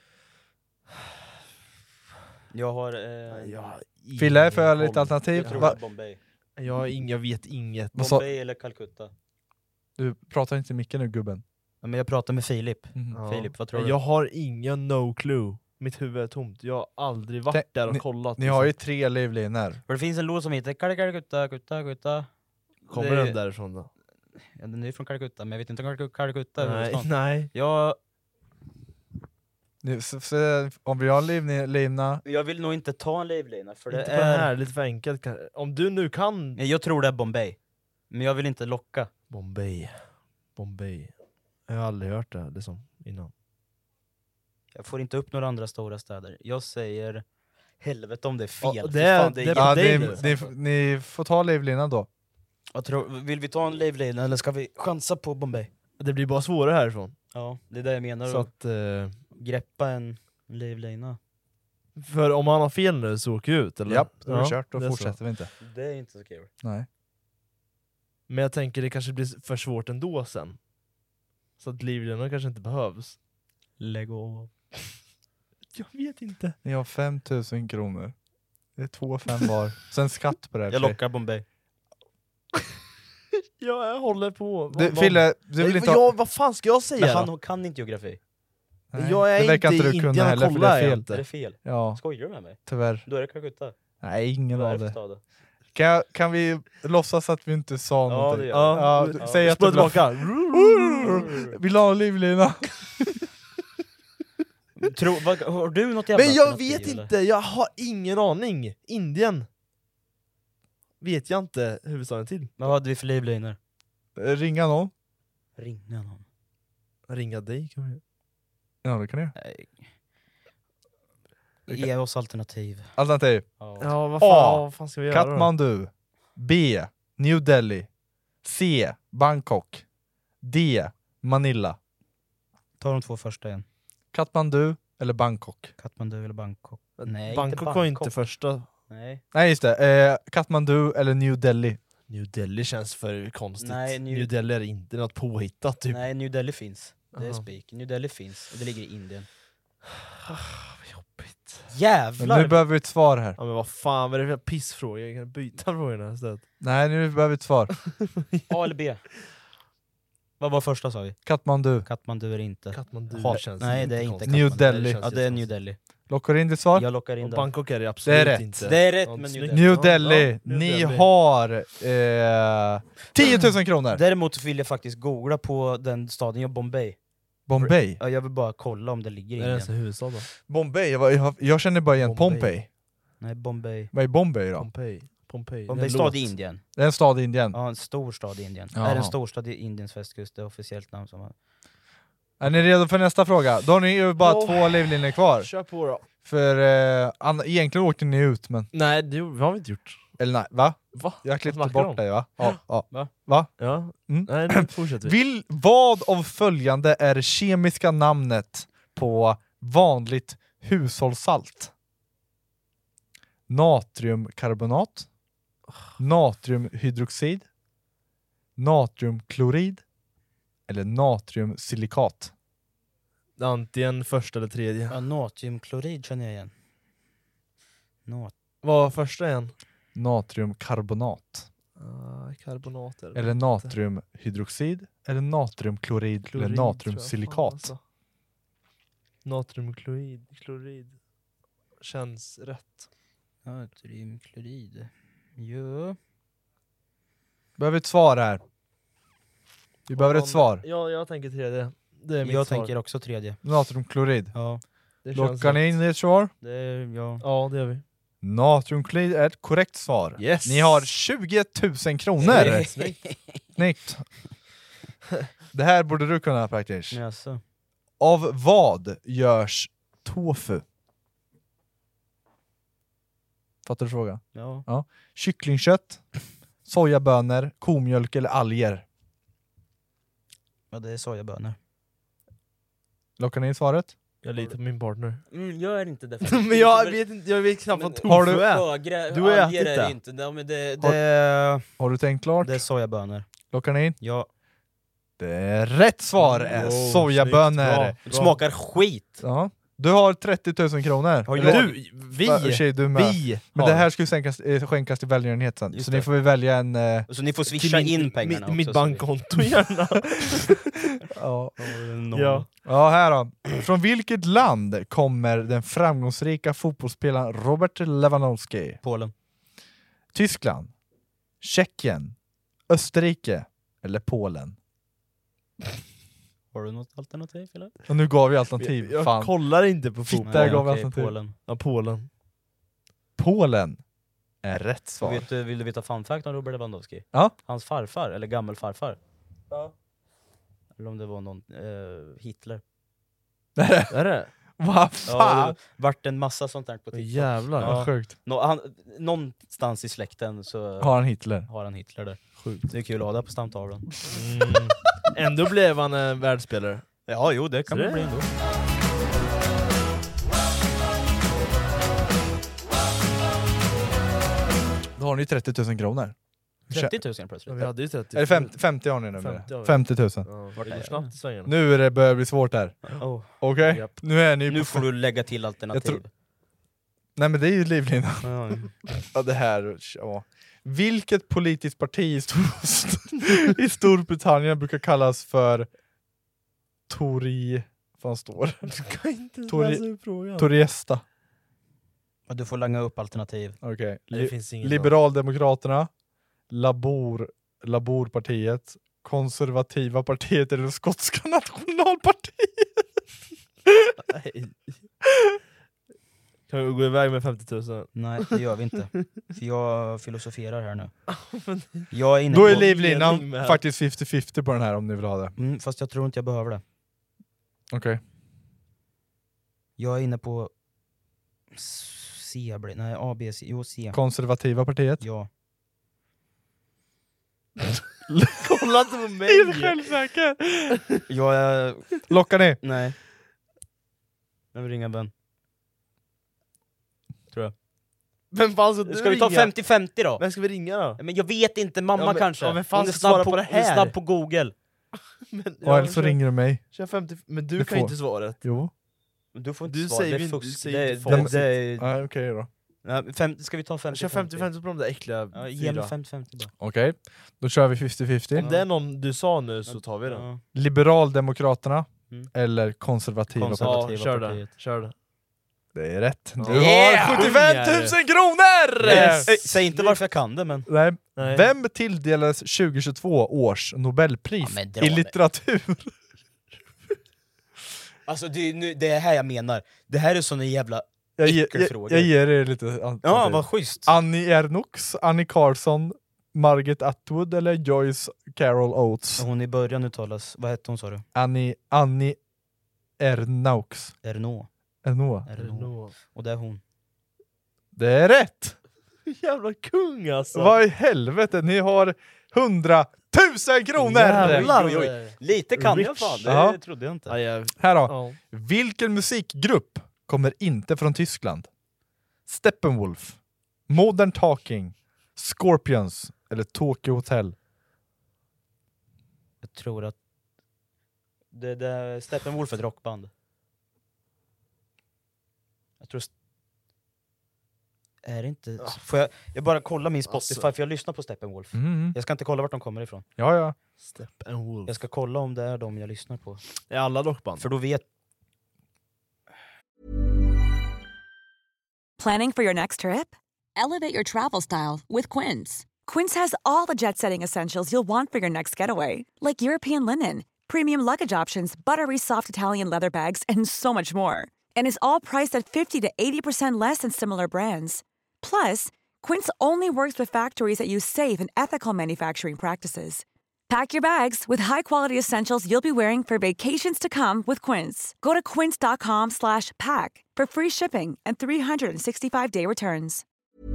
Jag har... Eh, Jag har ingen Fille, får jag lite koll. alternativ? jag tror Va? det är Bombay. Jag, har ing, jag vet inget. Vad sa- Bombay eller Calcutta. Du pratar inte mycket nu, gubben. Ja, men jag pratar med Filip. Mhm. Ja. Filip, vad tror du? Jag har ingen no clue. Mitt huvud är tomt. Jag har aldrig varit Tänk- där och ni- kollat. Ni har ju tre livlinor. För det finns en låt som heter Calcutta, Calcutta, Calcutta. Kommer det- den därifrån då? Ja, den är ju från Calcutta, men jag vet inte om Calcutta- Calcutta är Nej, huvudstaden. nej. Jag, Ni- så- så- Om vi har en livlina... jag vill nog inte ta en livlina, för det Inte på det här, är... lite för enkelt. kan- Om du nu kan... Jag tror det är Bombay. Men jag vill inte locka. Bombay. Bombay. Jag har aldrig hört det liksom, innan. Jag får inte upp några andra stora städer. Jag säger... Helvete om det är fel. Ja, Fy det är- fan, det är- jätte- Ja, dig ni, nu. ni, ni får ta livlinan då. Jag tror, vill vi ta en livlina eller ska vi chansa på Bombay? Det blir bara svårare härifrån. Ja, det är det jag menar. Så att att, eh, greppa en livlina. för om han har fel nu så åker jag ut, eller? Japp, då är det Ja, kört. Då det är så. fortsätter vi inte. Det är inte så kul. Nej. Men jag tänker det kanske blir för svårt ändå sen. Så att livlinan kanske inte behövs. Lägg av. Jag vet inte. Ni har fem tusen kronor. Det är två fem var. Sen skatt på det här. Jag lockar Bombay. Ja, jag håller på. Du, Fille, du vill Nej, inte vad, ha... jag, vad fan ska jag säga Men då? han kan inte geografi. Nej, jag är det verkar inte inte i du kunna Indien och heller, för det kollar är jag fel. inte. Är det fel? Ja, Skojar du med mig? tyvärr. Då är det Calcutta. Nej, ingen Vad är av det för det. stad då? Kan, jag, kan vi låtsa så att vi inte sa Ja, någonting? det gör Ja, vi. du- Ja. säg att Spela du vill ha... tillbaka. Vill ha en livlina? Tro, vad, har du något jävla Men jag alternativ, vet eller? inte, jag har ingen aning. Indien. Vet jag inte huvudstaden till. Vad hade vi för livlinor? Ringa någon? Ringa någon. Ringa dig kan vi. Ja, det kan jag. Nej. Ge oss alternativ. Alternativ. Ja. Ja, vad A. fan, vad fan ska vi göra då? Kathmandu. B. New Delhi. C. Bangkok. D. Manila. Ta de två första igen. Kathmandu eller Bangkok? Kathmandu eller Bangkok? Nej, Bangkok inte var Bangkok. inte första. Nej. Nej just det, eh, Kathmandu eller New Delhi? New Delhi känns för konstigt. Nej, New... New- Delhi är inte något påhittat typ. Nej, New Delhi finns. Det är Aha. spik. New Delhi finns. Och det ligger i Indien. Vad jobbigt. Men Jävlar! nu behöver vi ett svar här. Ja men vad fan, vad är det för pissfråga? Jag kan byta frågorna istället. Nej, nu behöver vi ett svar. A eller B? Vad var första sa vi? Kathmandu. Kathmandu är inte. Kathmandu Ha- känns Nej, det är inte konstigt. New Kathmandu. Delhi. känns Ja, det är New jättekonstigt. Delhi. Lockar du in ditt svar? Jag lockar in Och den. Bangkok är det absolut Det är rätt. inte. Det är rätt Ja, med New snyggt. Delhi. New Ja, Delhi, ja, New ni Delhi. har eh, tio tusen kronor! Däremot vill jag faktiskt googla på den staden, jag Bombay. Bombay? Ja, jag vill bara kolla om det ligger i Är det ens en Indien. huvudstad då? Bombay? Jag, jag, jag känner bara igen Bombay. Pompey. Nej, Bombay. Vad är Bombay då? Pompeji. Pompeji. Bombay En stad låt. i Indien. Det är en stad i Indien. Ja, en stor stad i Indien. Jaha. Är en stor stad i Indiens västkust, det är officiellt namn som har... Är ni redo för nästa fråga? Då har ni ju bara Ja. två livlinjer kvar. Kör på då. För eh, an- egentligen åkte ni ut, men... Nej, det har vi inte gjort. Eller nej, va? Va? Jag klippte Vad snackar bort du om? dig va? Ja, ja. Va? Va? Ja. Mm. Nej, nu fortsätter vi. Vill, vad av följande är det kemiska namnet på vanligt hushållssalt? Natriumkarbonat, natriumhydroxid, natriumklorid eller natriumsilikat? Antingen första eller tredje. Ja, natriumklorid känner jag igen. Nat... Vad var första igen? Natriumkarbonat Uh, karbonater. eller natriumhydroxid eller natriumklorid Klorid, eller tror jag. natriumsilikat? Fan, alltså. Natriumklorid, klorid. Känns rätt. Natriumklorid. Jo. Behöver ett svar här. Vi behöver ett Om- svar. Ja, jag tänker tredje. Det är mitt Jag svar. tänker också tredje. Natriumklorid. Ja, Det känns Lockar ni rätt. in i ett svar? det är... Ja. Ja, det gör vi. Natriumklorid är ett korrekt svar. Yes. Ni har tjugo tusen kronor. Snyggt. Det här borde du kunna faktiskt. Jaså. Av vad görs tofu? Fattar du frågan? Ja. Ja. Kycklingkött, sojabönor, komjölk eller alger? Ja, det är sojabönor. Lockar ni in svaret? Jag litar på min partner. Mm, jag är inte det. Men jag vet, inte, jag vet knappt vad tofu Har du- är. Högre, Du har alger ätit är det. det inte. Ja, men det, Har- det, Har du tänkt klart? det är sojabönor. Lockar ni in? Ja. Det är rätt svar är Wow, sojabönor. snyggt. Bra. Det smakar skit. Ja. Du har trettio tusen kronor. Har Eller- jag- Du, vi, Va, tjej, du med. vi Men har. det här ska ju skänkas, eh, skänkas till välgörenhet sen. Just Så det. ni får väl välja en... Eh, Så ni får till swisha min- in pengarna mi- också. Mitt så bankkonto gärna. ja. vi- Ja. ja, här då. Från vilket land kommer den framgångsrika fotbollsspelaren Robert Lewandowski? Polen. Tyskland, Tjeckien, Österrike eller Polen? Har du något alternativ eller? Och nu gav vi alternativ. Jag, jag Fan. kollar inte på Fitta, fotboll. jag gav okej, alternativ. Polen. Ja, Polen. Polen är rätt svar. Vet du, vill du veta fun fact om Robert Lewandowski? Ja. Hans farfar, eller gammelfarfar. Ja. Eller om det var någon, eh, Hitler. Är det? Vad Ja, fan? det vart en massa sånt där på Åh, TikTok. jävlar. Ja. Vad sjukt. Nå, han, någonstans i släkten så Har han Hitler? har han Hitler där. Sjukt. Det är kul att ha det på stamtavlan. Mm. Ändå blev han en världsspelare. Ja, jo, det kan Så man det- bli ändå. Då har ni trettio tusen kronor. trettio tusen plötsligt. Men vi hade ju trettio. Eller femtio, femtio har ni nu. femtio har vi. femtio tusen. Ja, Vart det är går jag? snabbt i svängarna. Nu är det börjar bli svårt här. Oh. Okej? Japp. Nu är ni Nu på... får du lägga till alternativ. Jag tror- Nej men det är ju livlinan. Ja, ja. Ja, det här, ja. Vilket politiskt parti i, Stor- i Storbritannien brukar kallas för Tory... Vad fan står? Du kan inte Tori- läsa upp frågan. Toriesta. Ja, du får langa upp alternativ. Okej. Det Li- finns ingen Liberaldemokraterna, Labor, Laborpartiet, Konservativa partiet eller det skotska nationalpartiet. Nej. Kan vi gå iväg med femtio tusen? Nej, det gör vi inte. För jag filosoferar här nu. Jag är inne Då är på... livlinan mening med- faktiskt femtio femtio på den här om ni vill ha det. Mm, fast jag tror inte jag behöver det. Okej. Jag är inne på... C blir... Nej, A, B, C. Jo, C. Konservativa partiet. Ja. Kolla inte på mig! Är du självsäker? Jag är... Lockar ni? Nej. Jag vill ringa Ben. Tror jag. Vem fan ska du Ska vi ta ringa? femtio femtio då? Vem ska vi ringa då? Men jag vet inte, mamma Ja, men- kanske. ja, men fan Hon är ska snabb svara på, på det hon är här. snabb på Google. Men, Och eller så kör- ringer du mig. kör femtio, men du Det kan ju får- inte svaret. Jo. Men du får inte Du svara, säger det vi- är du fusk. säger Det, inte det, facit. det, är- Nej, okej då. nej, fem, ska vi ta femtio Kör femtio femtio? femtio på de där äckliga Ja, ge mig fyra. femtio femtio bara. Okej, då kör vi femtio femtio. Om det är någon du sa nu så tar vi den. Ja. Liberaldemokraterna Mm. eller konservativa Konser- partiet. Ja, kör det. partiet. Kör det. Det är rätt. Du Ja. Yeah! har sjuttiofem tusen kronor! Yes. Eh, Säg inte varför jag kan det, men... Nej. Nej. Vem tilldelades tjugohundratjugotvå års Nobelpris Ja, men dra i nu. litteratur? Alltså det är, nu, det är här jag menar. Det här är sån en jävla Jag, ge, jag, äckelfrågor. jag ger er lite Ja, alternativ. vad schysst. Annie Ernaux, Annie Carlson, Margaret Atwood eller Joyce Carol Oates? Hon i början uttalas... Vad hette hon, sa du? Annie, Annie Ernaux. Ernaux. Ernaux. Ernaux. Och det är hon. Det är rätt! Jävla kung alltså! Vad i helvete, ni har hundratusen kronor! Jävlar! Oj, oj. Lite kan jag Rich. fan, det Ja. trodde jag inte. Ja, jag... Här då. Ja. Vilken musikgrupp kommer inte från Tyskland? Steppenwolf, Modern Talking, Scorpions eller Tokyo Hotel? Jag tror att... Det, det, Steppenwolf är ett rockband. Jag tror... st- Är det inte... Får jag, jag bara kolla min Spotify, Alltså. för jag lyssnar på Steppenwolf. Mm. Jag ska inte kolla vart de kommer ifrån. Ja, ja. Steppenwolf. Jag ska kolla om det är de jag lyssnar på. Är alla rockband? För då vet... Planning for your next trip? Elevate your travel style with Quince. Quince has all the jet-setting essentials you'll want for your next getaway, like European linen, premium luggage options, buttery soft Italian leather bags, and so much more. And is all priced at fifty to eighty percent less than similar brands. Plus, Quince only works with factories that use safe and ethical manufacturing practices. Pack your bags with high-quality essentials you'll be wearing for vacations to come with Quince. Go to quince.com slash pack for free shipping and three sixty-five day returns.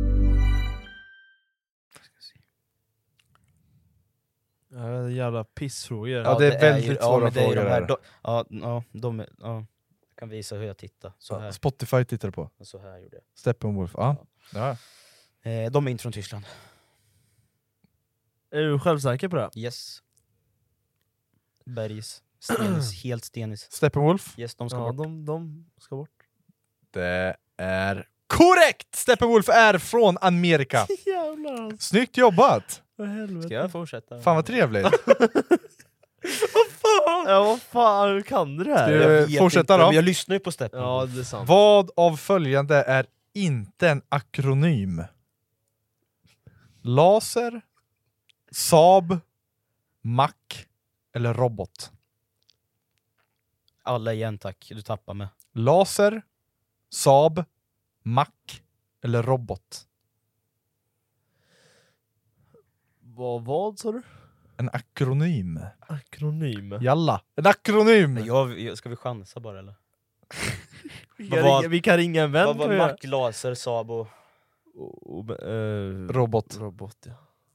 Ja, jävla pissfrågor. Ja, det är väldigt ju- svåra ja, men det är frågor de här, där. de, ja, ja, de, är- ja, jag kan visa hur jag tittar. Så Ja, här, Spotify tittar du på. så här gjorde Steppenwolf. Ja. Ja. jag. Eh, de är inte från Tyskland. Är du självsäker på det? Yes. Bergis. Stenis. Helt stenis. Steppenwolf. Yes, de ska Ja, bort. de, de ska bort. Det är korrekt! Steppenwolf är från Amerika. Jävlar. Snyggt jobbat! Vad helvete. Ska jag fortsätta? Fan vad trevligt. Ja, vad fan, hur kan du det här? Ska Jag vi vet fortsätta inte, då? men jag lyssnar ju på Steppen. Ja, det är sant. Vad av följande är inte en akronym? Laser, Saab, Mac eller robot? Alla igen tack, du tappar mig. Laser, Saab, Mac eller robot? Vad, vad sa du? En akronym. Akronym. Jalla, en akronym! Men jag, jag, ska vi chansa bara eller? Vi, Vad kan var- ringa, vi kan ringa en vän. Vad var kan vi göra. Mac, Laser, Saab och... Och- och- eh, Robot. Robot, ja.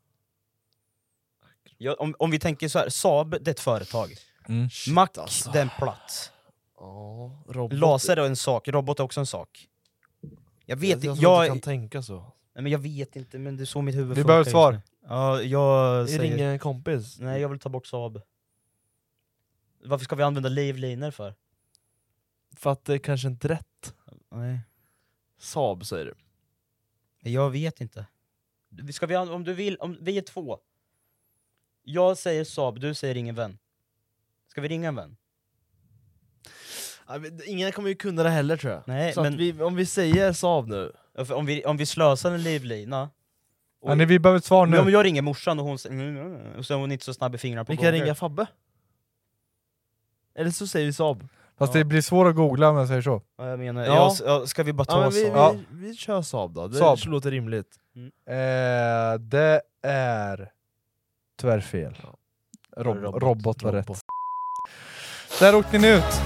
Ja, om, om vi tänker så här, Saab det är ett företag. Mm. Mac alltså. det är en plats. Ja, robot. Laser är en sak, robot är också en sak. Jag vet jag, inte, jag, jag, jag kan tänka så. nej, men jag vet inte, men det är så mitt huvud Vi funkar behöver ett just svar. nu. Ja, jag Vi säger... ringer en kompis. Nej, jag vill ta bort Saab. Varför ska vi använda livliner för? För att det är kanske inte är rätt. Nej. Saab säger du. Jag vet inte. Ska vi, an- om du vill, om vi är två. Jag säger Saab, du säger ingen vän. Ska vi ringa en vän? Ja, men ingen kommer ju kunna det heller tror jag. Nej, så men- att vi, om vi säger Saab nu. Ja, för Om vi, om vi slösar en livlina. Och, Ja, nej, vi behöver ett svar men om nu. jag ringer morsan och hon säger mm, mm, och så är hon inte så snabb i fingrarna på Vi kan Google. ringa Fabbe. Eller så säger vi Saab. Fast Ja. det blir svårt att googla om jag säger så. Ja, jag menar, Ja. ja. Ja, ska vi bara ta Ja, men vi, Saab? vi, vi kör Saab då. Det Saab. låter rimligt. Eh, det är tyvärr fel. Rob- Robot. robot. var Robot. rätt. Där åkte ni ut.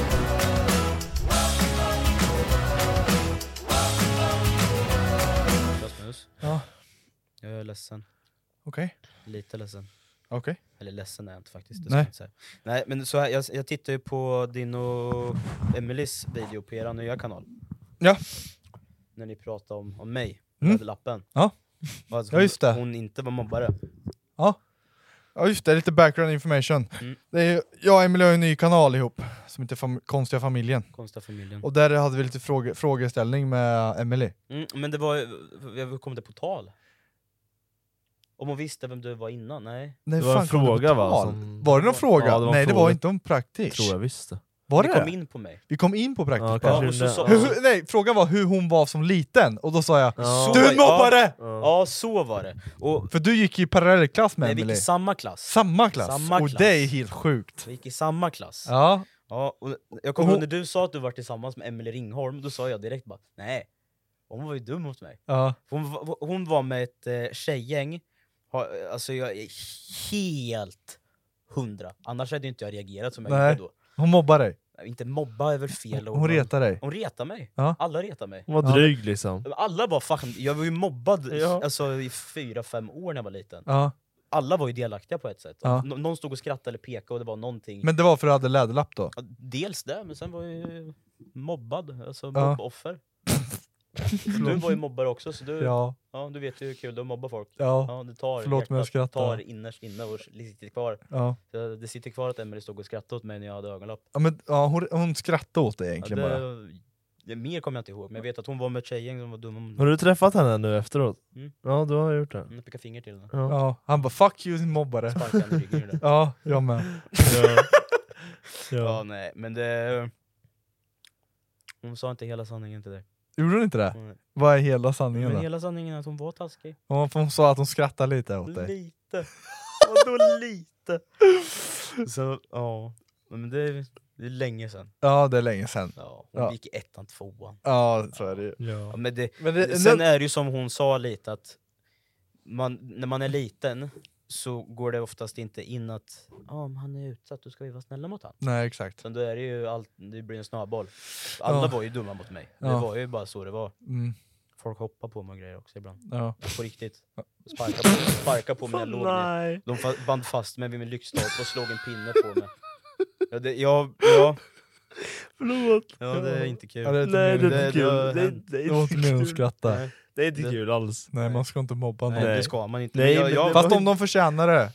Rasmus, Ja, jag är ledsen. okej. Lite ledsen. Okej. Eller ledsen är jag inte faktiskt. Det Nej. ska jag inte säga. Nej, men så här, jag, jag tittar ju på din och Emelies video på era nya kanal. Ja. När ni pratar om, om mig, Mm. lappen. Ja. Och att Ja, just det. Hon, hon inte var mobbare. Ja. Ja just det, lite background information. Mm. Det är, ju- jag och Emily har ju en ny kanal ihop som heter fam- Konstiga familjen. Konstiga familjen. Och där hade vi lite fråge- frågeställning med Emily. Mm, men det var, jag kom det på tal. Om hon visste vem du var innan, nej. Nej, Det var en fan, kom det på fråga, va, tal? som- Var det någon fråga? Ja, det var en Nej det fråga. var inte om praktik. Tror jag visst det. Var Vi det kom det? in på mig. Vi kom in på praktik. Ja, bara. kanske och så det- sa- Hur, hur- nej, frågan var hur hon var som liten, och då sa jag Ja. du är en Ja. mobbare! Ja. Ja, så var det. Och För du gick i parallellklass med nej, vi gick Emily. i samma klass. Samma klass. Samma Och klass. det är helt sjukt. Vi gick i samma klass. Ja. Ja, och jag kommer Och ihåg hon- när du sa att du var tillsammans med Emily Ringholm, då sa jag direkt bara nej, hon var ju dum mot mig. Ja. Hon, va- hon var med ett eh, tjejgäng, ha, alltså jag är helt hundra, annars hade ju inte jag reagerat som jag Nej. gjorde då. Hon mobbar dig. Inte mobba är väl fel ord, Hon men- retar dig. Hon retar mig, Ja. alla retar mig. Hon var Ja. dryg liksom. Alla bara fucking, jag var ju mobbad Ja. alltså, i fyra, fem år när jag var liten. Ja. Alla var ju delaktiga på ett sätt. Ja. Nå- någon stod och skrattade eller pekade och det var någonting. Men det var för att du hade läderlapp då? Ja, dels det, men sen var jag ju mobbad, alltså Ja. mobboffer. Du var ju mobbare också, så du, ja. Ja. du vet ju hur kul det är att mobba folk. Ja. Ja, det tar, Förlåt, men jag hjärtat skrattar. tar innerst inne och sitter kvar. Ja. Så det sitter kvar att Emily stod och skrattade åt mig när jag hade ögonlapp. Ja, men, ja, hon, hon skrattade åt dig Ja, egentligen bara. det, det, mer kommer jag inte ihåg, men jag vet att hon var med ett tjejgäng som var dumma. Har du träffat henne nu efteråt? Mm. Ja, du har gjort det. Jag pekade finger till henne. Ja. Ja. Han bara 'fuck you din mobbare' Sparkade henne i ryggen. gjorde det. Ja, jag med. Ja. Ja, Ja. nej, men det... Hon sa inte hela sanningen till dig. Gjorde hon inte det? Nej. Vad är hela sanningen Men då? hela sanningen är att hon var taskig. Hon, hon sa att hon skrattade lite åt dig. Lite. Vadå lite? Så, ja. Men det, Det är länge sedan. Ja, det är länge sedan. Ja, hon Ja. gick i ettan, tvåan. Ja, så är det ju. Ja. Ja, men det, Men det, sen är det ju som hon sa lite att man, när man är liten så går det oftast inte in att ja, om han är utsatt, då ska vi vara snälla mot han. Nej, exakt. Sen då är det ju allt, det blir en snöboll. Alla Ja. var ju dumma mot mig. Det Ja. var ju bara så det var. Mm. Folk hoppar på mig och grejer också ibland. Ja. På riktigt. Sparka på, sparka på mig när jag låg ner. Nej. De fa- band fast mig vid min lyktstolpe och slog en pinne på mig. Ja, det, ja, ja, Förlåt. ja, det är inte kul. Ja, det är inte Nej, det meningen. är inte Det- kul. det- Det, det, Det var inte meningen att skratta. Nej, det är inte Det- kul alls. Nej, man ska inte mobba någon. nej, Nej. det ska man inte. Nej, jag, men jag, det Fast var- om de förtjänar det.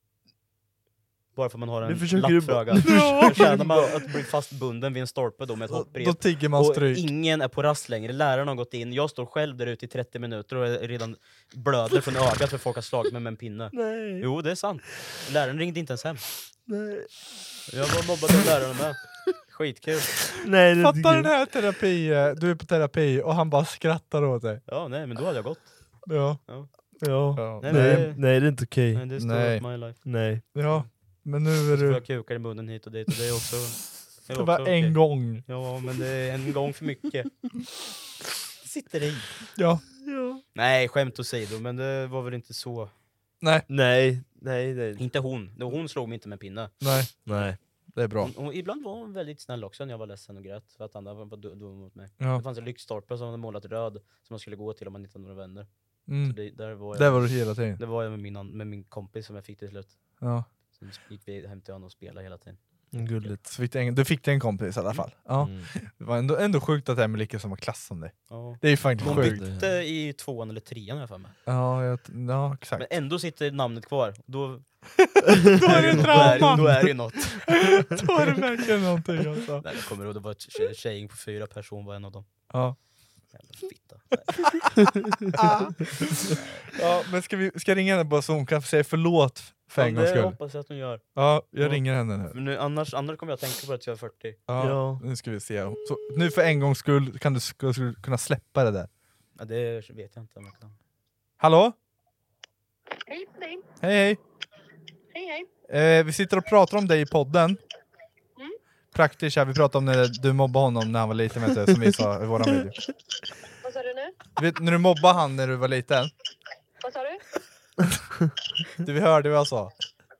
bara för att man har Nu en försöker lapp du för bara- ögat. Ja. Då känner man att bli fastbunden vid en stolpe då med ett Då, hopprep. då tigger man Och stryk. ingen är på rast längre, läraren har gått in, jag står själv där ute i trettio minuter och är redan blöder från ögat för folk har slagit mig med en pinne. Nej. Jo, det är sant. Läraren ringde inte ens hem. Nej. Jag var mobbad av läraren med. Skitkul. Nej, det är inte Fatta den kul. här terapi, eh, du är på terapi och han bara skrattar åt dig. Ja, nej, men då hade jag gått. Ja. Ja. Ja. Nej, Nej, nej. nej, det är inte okej. Men det står Nej. up my life. Nej. Ja. Men nu är Så får du... jag kukar i munnen hit och dit och det är också... Det, är Det också var okej. en gång. Ja, men det är en gång för mycket. Sitter i. Ja. Nej, skämt åsido, men det var väl inte så. Nej. Nej. Nej, nej. Inte hon. Det- Hon slog mig inte med pinne. Nej. Nej. Det är bra. Hon, hon, ibland var hon väldigt snäll också när jag var ledsen och grät för att andra var du- dum mot mig. Ja. Det fanns en lyktstolpe som hade målat röd som man skulle gå till om man inte hade några vänner. Så Mm. det, där var jag, Det var du hela tiden. det var jag med min, an- med min kompis som jag fick till slut. Ja. Sen gick vi hem till honom och spelade hela tiden. Gulligt. Så fick du, en, du fick dig en kompis i alla fall. Ja. Mm. Det var ändå, ändå sjukt att Emily gick i samma klass som dig. Ja. Det är ju faktiskt Hon sjukt. bytte i tvåan eller trean har jag för mig. Ja, jag, ja, exakt. Men ändå sitter namnet kvar. Då, Då är det då, är, trauma! då är det något. Då är det verkligen någonting alltså. Nej, jag kommer ihåg, det var ett tje- tjejgäng på fyra personer var en av dem. Ja. Jävla fitta. Ja, men ska vi ska jag ringa henne bara så hon kan säga förlåt för en Ja, gångs det skull? hoppas jag att hon gör. Ja, jag Ja. ringer henne nu. Men nu, annars, annars kommer jag att tänka på att jag är fyrtio. Ja, Ja. nu ska vi se. Så, nu för en gångs skull kan du ska, ska du kunna släppa det där. Ja, det vet jag inte om jag kan. Hallå? Hej på dig. Hej hej. Hej hej. Eh, vi sitter och pratar om dig i podden. Mm. Praktiskt här, vi pratade om när du mobbade honom när han var liten, vet du, som vi sa i våran video. Vad sa du nu? Vet, när du mobbade han när du var liten, Vad sa du? du vi hörde vad jag sa.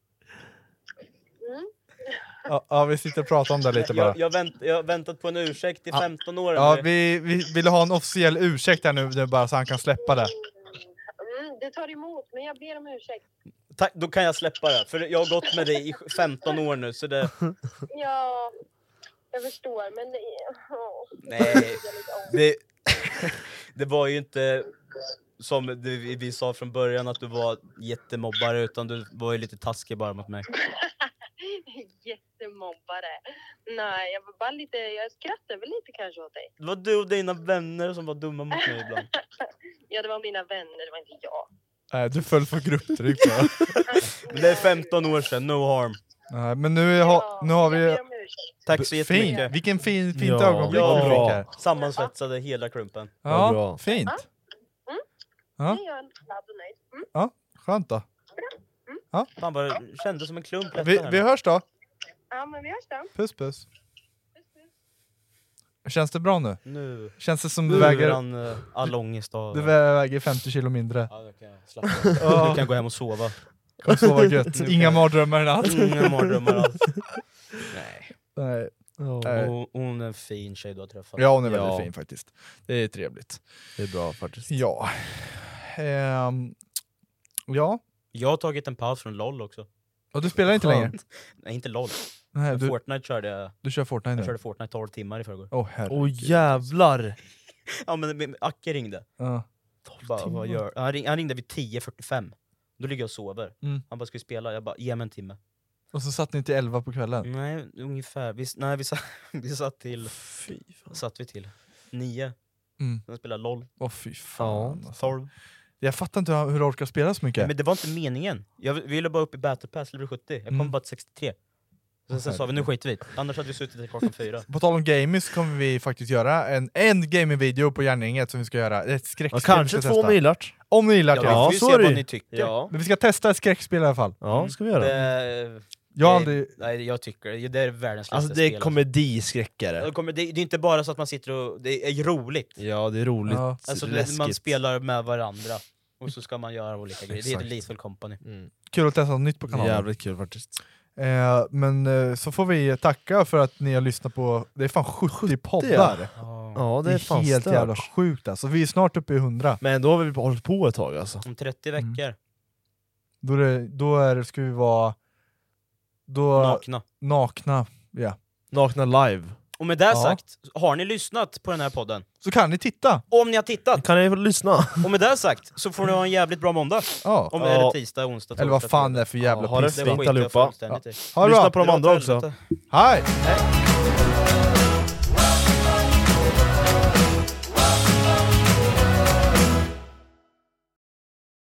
Mm. Ja, ja, vi sitter och pratar om det lite bara. Jag, jag, vänt, jag har väntat på en ursäkt i femton år. Ja, eller? vi, vi ville ha en officiell ursäkt här nu, nu bara så han kan släppa det. Mm, det tar emot, men jag ber om ursäkt. Tack, då kan jag släppa det. För jag har gått med dig i femton år nu, så det... Ja, jag förstår, men det är... åh. Nej, det, det var ju inte som det, vi vi sa från början att du var jättemobbare, utan du var ju lite taskig bara mot mig. Jättemobbare. Nej, jag var bara lite... Jag skrattade väl lite kanske åt dig. Det var du och dina vänner som var dumma mot mig ibland. Ja, det var mina vänner, det var inte jag. Nej, du föll för grupptryck bara. Men det är femton år sedan, no harm. Nej, men nu, har, nu har jag vi... ber om ursäkt. Tack så jättemycket. Fint, vilken fin, fint Ja. ögonblick Ja. du fick här. Sammansvetsade hela klumpen. Vad Ja, bra. fint. Mm. Ja. Det är jag glad och nöjd. Mm. Skönt då. Fan vad det kändes som en klump lätta Vi, här vi nu. hörs då. Ja, men vi hörs då. Puss puss. Känns det bra nu? Nu, Känns det som nu du väger, är han uh, all ångest av... du väger femtio kilo mindre? Ja, då kan jag slappa av. Ja. Nu kan jag gå hem och sova. Kommer sova gött. Nu kan Inga jag- mardrömmar i natt. Inga mardrömmar alls. Nej. Nej. Ja, Nej. Hon, hon är en fin tjej du har träffat. Ja, hon är väldigt Ja. fin faktiskt. Det är trevligt. det är bra faktiskt. Ja. Ehm, ja. Jag har tagit en paus från LOL också. Och du spelar inte längre? Nej, inte LOL. Nej, du, Fortnite körde jag. du kör Fortnite Jag nu? körde Fortnite tolv timmar i förrgår. Åh herregud. Åh jävlar! Ja, men men Acke ringde. Ja. Bara, vad gör? Han, ring, han ringde vid tio fyrtiofem. Då ligger jag och sover. Mm. Han bara, ska vi spela? Jag bara, ge mig en timme. Och så satt ni till elva på kvällen? Nej, ungefär. Vi, nej, vi, satt, vi satt till... Fy fan. Satt vi till? Nio. Mm. Sen spelade LOL. Åh fy fan. Ja. Alltså. tolv. Jag fattar inte hur du orkar spela så mycket. Men det var inte meningen. Jag ville bara upp i Battle Pass, level sjuttio. Jag kom Mm. bara till sextiotre. Sen, sen sa vi, nu skiter vi. Annars hade vi suttit till klockan fyra. På tal om gaming så kommer vi faktiskt göra en, en gaming-video på Järninget som vi ska göra. Ett skräckspel Ja, kanske vi ska två testa. om gillart. Om ni gillar det. Ja, Ja, vi får ju så se är det vad ju. ni tycker. Ja, Men vi ska testa ett skräckspel i alla fall. ja ska vi göra. Det, Jag har nej, aldrig... nej, jag tycker det är världens Alltså lättaste det är spel. komediskräckare. Det, kommer, det, det är inte bara så att man sitter och... Det är roligt. Ja, det är roligt. Ja. Alltså, läskigt. man spelar med varandra. Och så ska man göra olika grejer. Det heter Exakt. Lethal Company. Mm. Kul att testa något nytt på kanalen. Jävligt kul faktiskt. Eh, men eh, så får vi tacka för att ni har lyssnat på... Det är fan sjuttio poddar. Ja. Ja, det är fan helt stört. jävla sjukt alltså. Vi är snart uppe i hundra. Men då har vi hållit på ett tag alltså. Om trettio veckor. Då, är det, då är det, ska vi vara... Då, Nakna. nakna. Ja. Nakna live. Och med det Ja. sagt, har ni lyssnat på den här podden? Så kan ni titta. Om ni har tittat! Kan ni få lyssna? Och med det sagt så får ni ha en jävligt bra måndag. Ja. Om Ja. det är tisdag, onsdag, Eller vad torsdag, fan det är för jävla Ja, ha det piss. Det fint skiter jag allihopa. fullständigt i. Ha det Lyssna bra. på de Dra åt andra också. helvete. Hej! Hej.